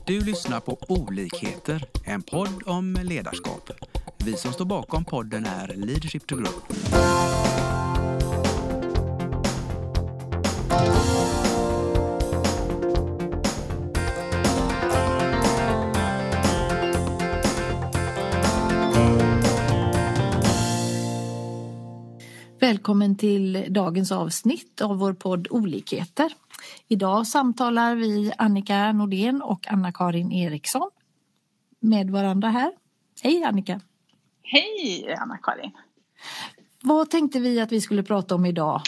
Du lyssnar på Olikheter, en podd om ledarskap. Vi som står bakom podden är Leadership to Grow. Välkommen till dagens avsnitt av vår podd Olikheter. Idag samtalar vi Annika Nordén och Anna-Karin Eriksson med varandra här. Hej Annika! Hej Anna-Karin! Vad tänkte vi att vi skulle prata om idag?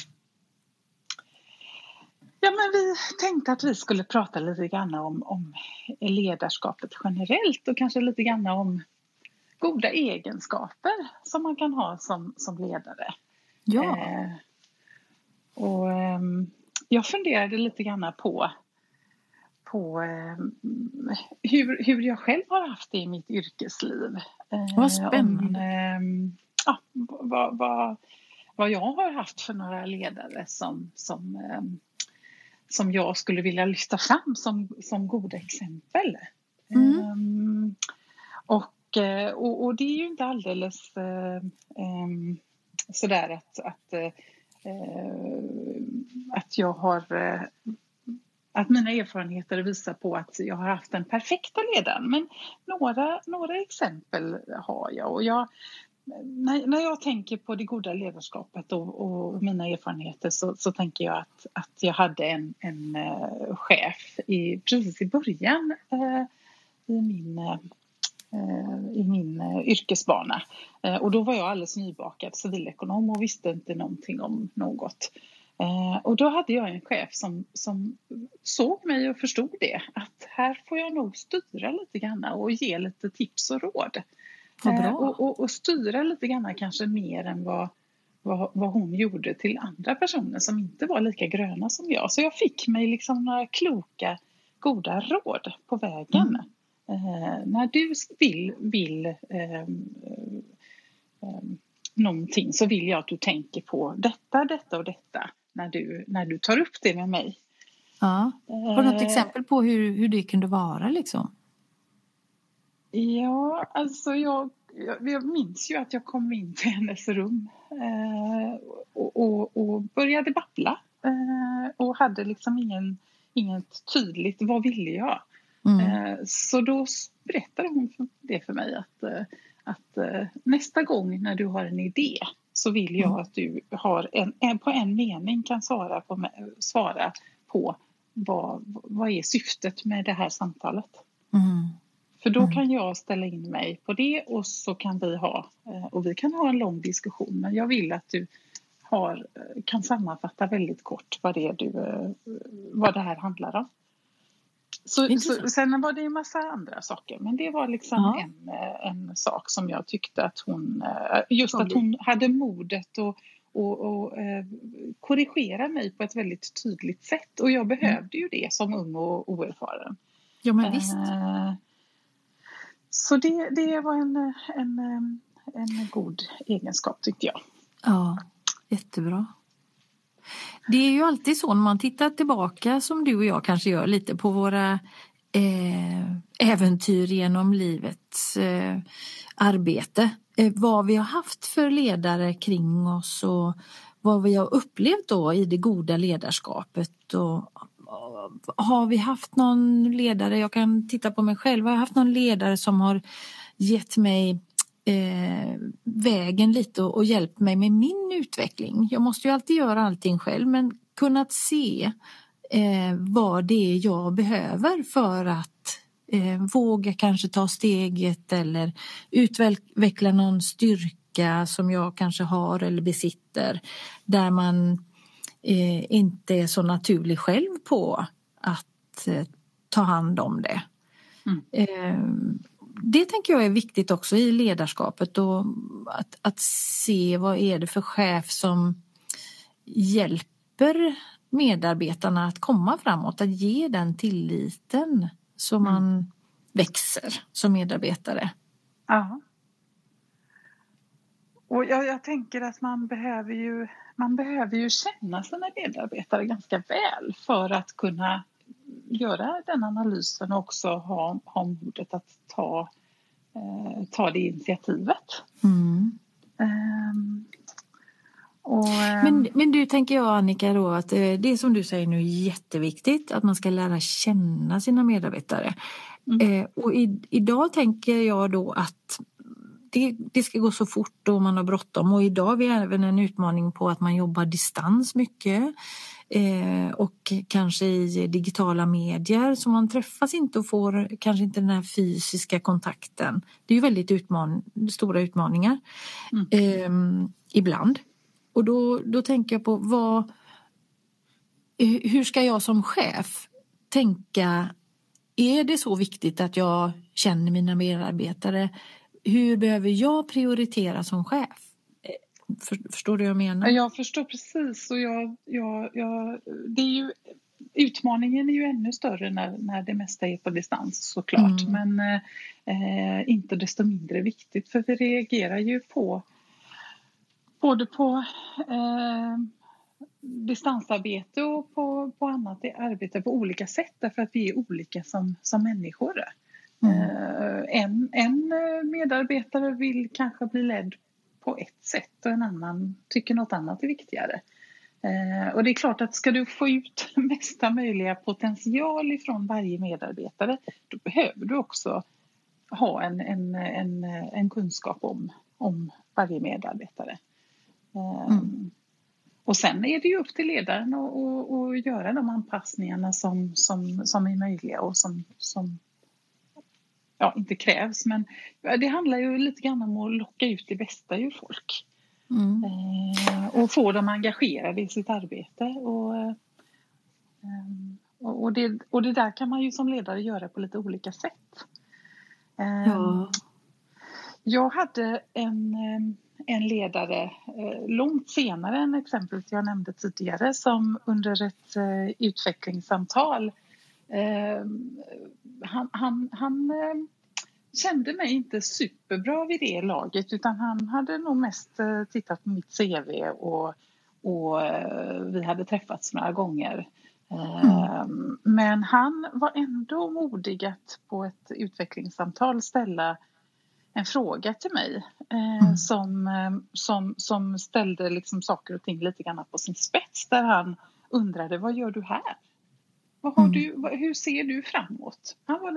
Ja, men vi tänkte att vi skulle prata lite grann om ledarskapet generellt och kanske lite grann om goda egenskaper som man kan ha som ledare. Ja. Jag funderade lite grann på hur jag själv har haft det i mitt yrkesliv. Vad spännande. Vad jag har haft för några ledare som jag skulle vilja lyfta fram som goda exempel. Och det är ju inte alldeles sådär att jag har att mina erfarenheter visar på att jag har haft den perfekta ledaren, men några exempel har jag. Och när jag tänker på det goda ledarskapet och mina erfarenheter så tänker jag att jag hade en chef precis i början i min yrkesbana. Och då var jag alldeles nybakad civilekonom och visste inte någonting om något. Och då hade jag en chef som såg mig och förstod det. Att här får jag nog styra lite grann och ge lite tips och råd. Och styra lite grann kanske mer än vad hon gjorde till andra personer som inte var lika gröna som jag. Så jag fick mig liksom några kloka, goda råd på vägen. När du vill någonting så vill jag att du tänker på detta och detta när du tar upp det med mig. Ja. Har du något exempel på hur det kunde vara liksom? Ja, alltså jag minns ju att jag kom in till hennes rum och började babbla och hade liksom inget tydligt, vad ville jag? Så då berättade hon det för mig att nästa gång när du har en idé så vill jag att du har på en mening kan svara på vad är syftet med det här samtalet. För då kan jag ställa in mig på det och så kan vi kan ha en lång diskussion, men jag vill att du kan sammanfatta väldigt kort vad det här handlar om. Så sen var det en massa andra saker, men det var liksom en sak som jag tyckte att hon hade modet och korrigera mig på ett väldigt tydligt sätt, och jag behövde ju det som ung och oerfaren. Ja, men visst. Så det var en god egenskap tyckte jag. Ja, jättebra. Det är ju alltid så när man tittar tillbaka, som du och jag kanske gör lite på våra äventyr genom livets arbete. Vad vi har haft för ledare kring oss och vad vi har upplevt då i det goda ledarskapet. Och har vi haft någon ledare, jag kan titta på mig själv, har jag haft någon ledare som har gett mig vägen lite och hjälpt mig med min utveckling. Jag måste ju alltid göra allting själv, men kunnat se vad det är jag behöver för att våga kanske ta steget eller utveckla någon styrka som jag kanske har eller besitter, där man inte är så naturlig själv på att ta hand om det. Det tänker jag är viktigt också i ledarskapet, och att se vad är det för chef som hjälper medarbetarna att komma framåt, att ge den tilliten så man växer som medarbetare. Ja. Och jag tänker att man behöver ju känna sina medarbetare ganska väl för att kunna göra den analysen och också ha modet att ta det initiativet. Men du, tänker jag, Annika, då att det som du säger nu är jätteviktigt, att man ska lära känna sina medarbetare. Och idag tänker jag då att det ska gå så fort och man har bråttom, och idag har vi även en utmaning på att man jobbar distans mycket och kanske i digitala medier, så man träffas inte och får kanske inte den här fysiska kontakten. Det är ju väldigt stora utmaningar ibland. Och då tänker jag på hur ska jag som chef tänka? Är det så viktigt att jag känner mina medarbetare? Hur behöver jag prioritera som chef? Förstår du vad jag menar? Jag förstår precis. Och det är ju, utmaningen är ju ännu större när det mesta är på distans, såklart. Men inte desto mindre viktigt. För vi reagerar ju både på distansarbete och på annat arbete på olika sätt, därför att vi är olika som människor. En medarbetare vill kanske bli ledd på ett sätt och en annan tycker något annat är viktigare. Och det är klart att ska du få ut mesta möjliga potential ifrån varje medarbetare, då behöver du också ha en kunskap om varje medarbetare. Och sen är det ju upp till ledaren att göra de anpassningarna som är möjliga och som inte krävs. Men det handlar ju lite grann om att locka ut det bästa ur folk. Och få dem engagerade i sitt arbete. Och det där kan man ju som ledare göra på lite olika sätt. Jag hade en ledare långt senare än exemplet jag nämnde tidigare, som under ett utvecklingssamtal han kände mig inte superbra vid det laget, utan han hade nog mest tittat på mitt CV och vi hade träffats några gånger. Men han var ändå modig att på ett utvecklingssamtal ställa en fråga till mig som ställde liksom saker och ting lite grann på sin spets, där han undrade: vad gör du här? Hur ser du framåt? Han var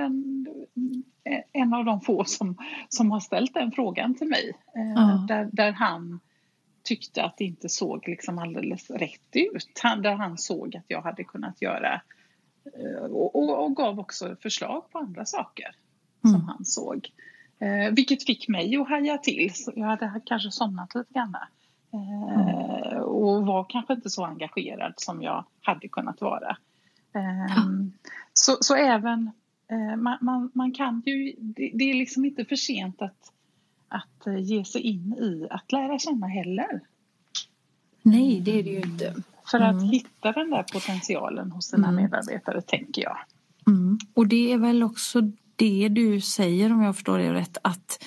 en av de få som har ställt den frågan till mig. Där han tyckte att det inte såg liksom alldeles rätt ut. Där han såg att jag hade kunnat göra och gav också förslag på andra saker som han såg. Vilket fick mig att haja till. Så jag hade kanske somnat lite grann. Och var kanske inte så engagerad som jag hade kunnat vara. Så även man kan ju, det är liksom inte för sent att ge sig in i att lära känna heller. Nej, det är det ju inte. För att hitta den där potentialen hos sina medarbetare, tänker jag. Och det är väl också det du säger, om jag förstår det rätt, att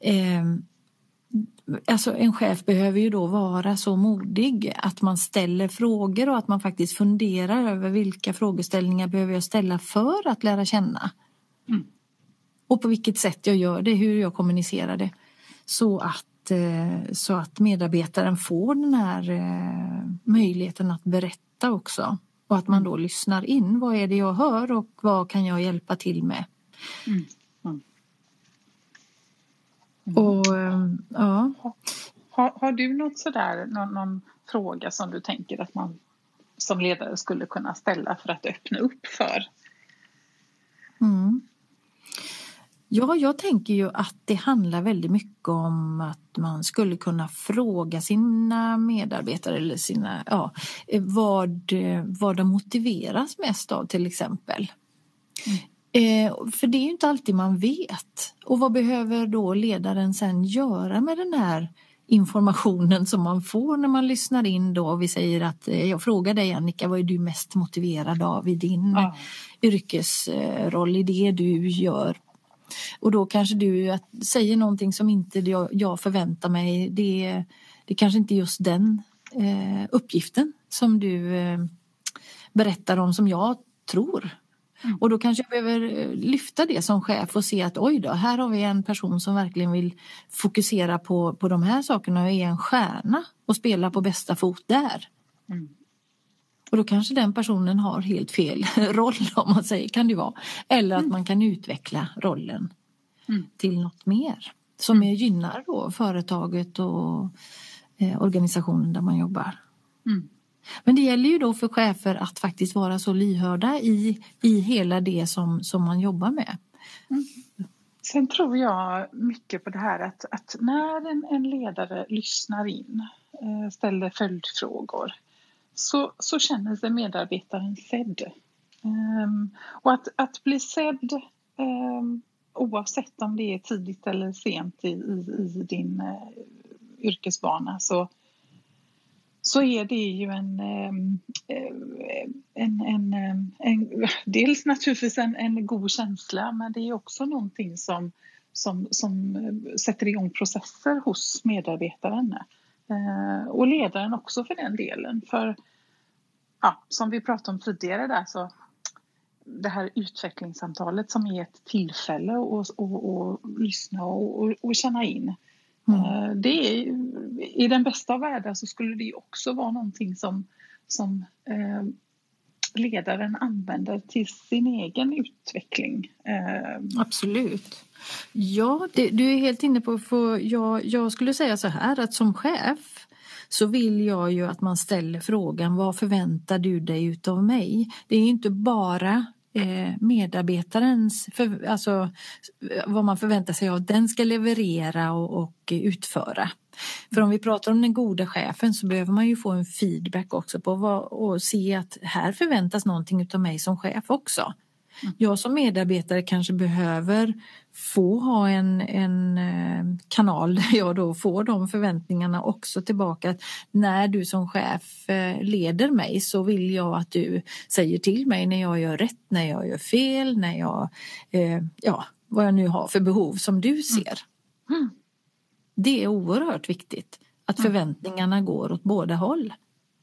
alltså en chef behöver ju då vara så modig att man ställer frågor och att man faktiskt funderar över vilka frågeställningar behöver jag ställa för att lära känna. Och på vilket sätt jag gör det, hur jag kommunicerar det. Så att medarbetaren får den här möjligheten att berätta också. Och att man då lyssnar in. Vad är det jag hör och vad kan jag hjälpa till med? Och ja. Har du något sådär, någon fråga som du tänker att man som ledare skulle kunna ställa för att öppna upp för? Ja, jag tänker ju att det handlar väldigt mycket om att man skulle kunna fråga sina medarbetare eller vad de motiveras mest av, till exempel. För det är ju inte alltid man vet. Och vad behöver då ledaren sen göra med den här informationen som man får när man lyssnar in då? Vi säger att jag frågar dig, Annika, vad är du mest motiverad av i din yrkesroll, i det du gör? Och då kanske du säger någonting som inte jag förväntar mig. Det kanske inte är just den uppgiften som du berättar om som jag tror. Och då kanske jag behöver lyfta det som chef och se att oj då, här har vi en person som verkligen vill fokusera på de här sakerna och är en stjärna och spela på bästa fot där. Och då kanske den personen har helt fel roll, om man säger, kan det vara. Eller att man kan utveckla rollen till något mer som gynnar då företaget och organisationen där man jobbar. Men det gäller ju då för chefer att faktiskt vara så lyhörda i hela det som man jobbar med. Sen tror jag mycket på det här att när en ledare lyssnar in, ställer följdfrågor, så känner sig medarbetaren sedd. Och att bli sedd, oavsett om det är tidigt eller sent i din yrkesbana, så är det ju dels naturligtvis en god känsla, men det är också någonting som sätter igång processer hos medarbetaren och ledaren också för den delen. För som vi pratade om tidigare där, så det här utvecklingssamtalet som är ett tillfälle att lyssna och känna in. Det är, i den bästa av världar så skulle det också vara någonting som ledaren använder till sin egen utveckling. Absolut. Ja, du är helt inne på, för jag skulle säga så här, att som chef så vill jag ju att man ställer frågan, vad förväntar du dig utav mig? Det är ju inte bara medarbetarens, alltså vad man förväntar sig av den ska leverera och utföra. För om vi pratar om den goda chefen så behöver man ju få en feedback också på och se att här förväntas någonting utav mig som chef också. Jag som medarbetare kanske behöver få ha en kanal där jag då får de förväntningarna också tillbaka. När du som chef leder mig så vill jag att du säger till mig när jag gör rätt, när jag gör fel, när jag, vad jag nu har för behov som du ser. Det är oerhört viktigt att förväntningarna går åt båda håll.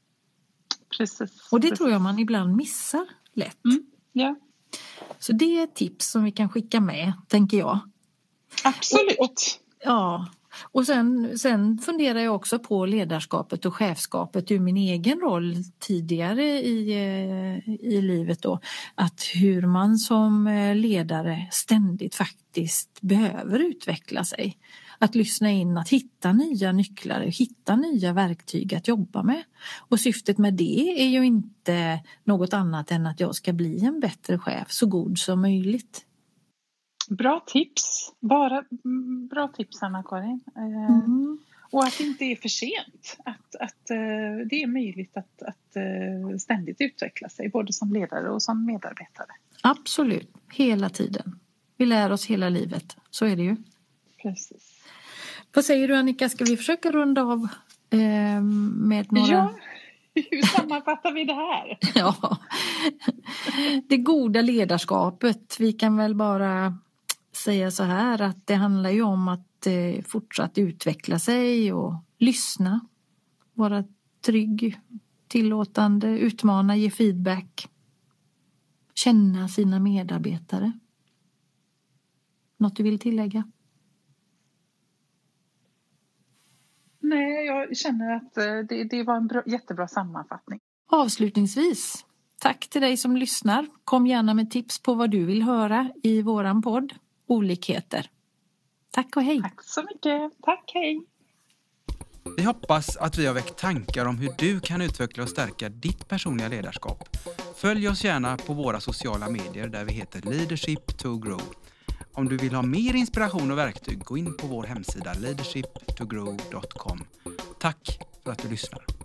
Precis. Och det tror jag man ibland missar lätt. Ja. Så det är ett tips som vi kan skicka med, tänker jag. Absolut. Och sen funderar jag också på ledarskapet och chefskapet ur min egen roll tidigare i livet då. Att hur man som ledare ständigt faktiskt behöver utveckla sig. Att lyssna in, att hitta nya nycklar, hitta nya verktyg att jobba med. Och syftet med det är ju inte något annat än att jag ska bli en bättre chef, så god som möjligt. Bra tips. Bra tips, Anna-Karin. Och att det inte är för sent. Att det är möjligt att ständigt utveckla sig, både som ledare och som medarbetare. Absolut, hela tiden. Vi lär oss hela livet, så är det ju. Precis. Vad säger du, Annika, ska vi försöka runda av med några... Ja, hur sammanfattar vi det här? Ja, det goda ledarskapet. Vi kan väl bara säga så här att det handlar ju om att fortsatt utveckla sig och lyssna. Vara trygg, tillåtande, utmana, ge feedback. Känna sina medarbetare. Något du vill tillägga? Nej, jag känner att det var en jättebra sammanfattning. Avslutningsvis, tack till dig som lyssnar. Kom gärna med tips på vad du vill höra i våran podd Olikheter. Tack och hej. Tack så mycket. Tack, hej. Vi hoppas att vi har väckt tankar om hur du kan utveckla och stärka ditt personliga ledarskap. Följ oss gärna på våra sociala medier där vi heter Leadership to Grow. Om du vill ha mer inspiration och verktyg, gå in på vår hemsida leadershiptogrow.com. Tack för att du lyssnar.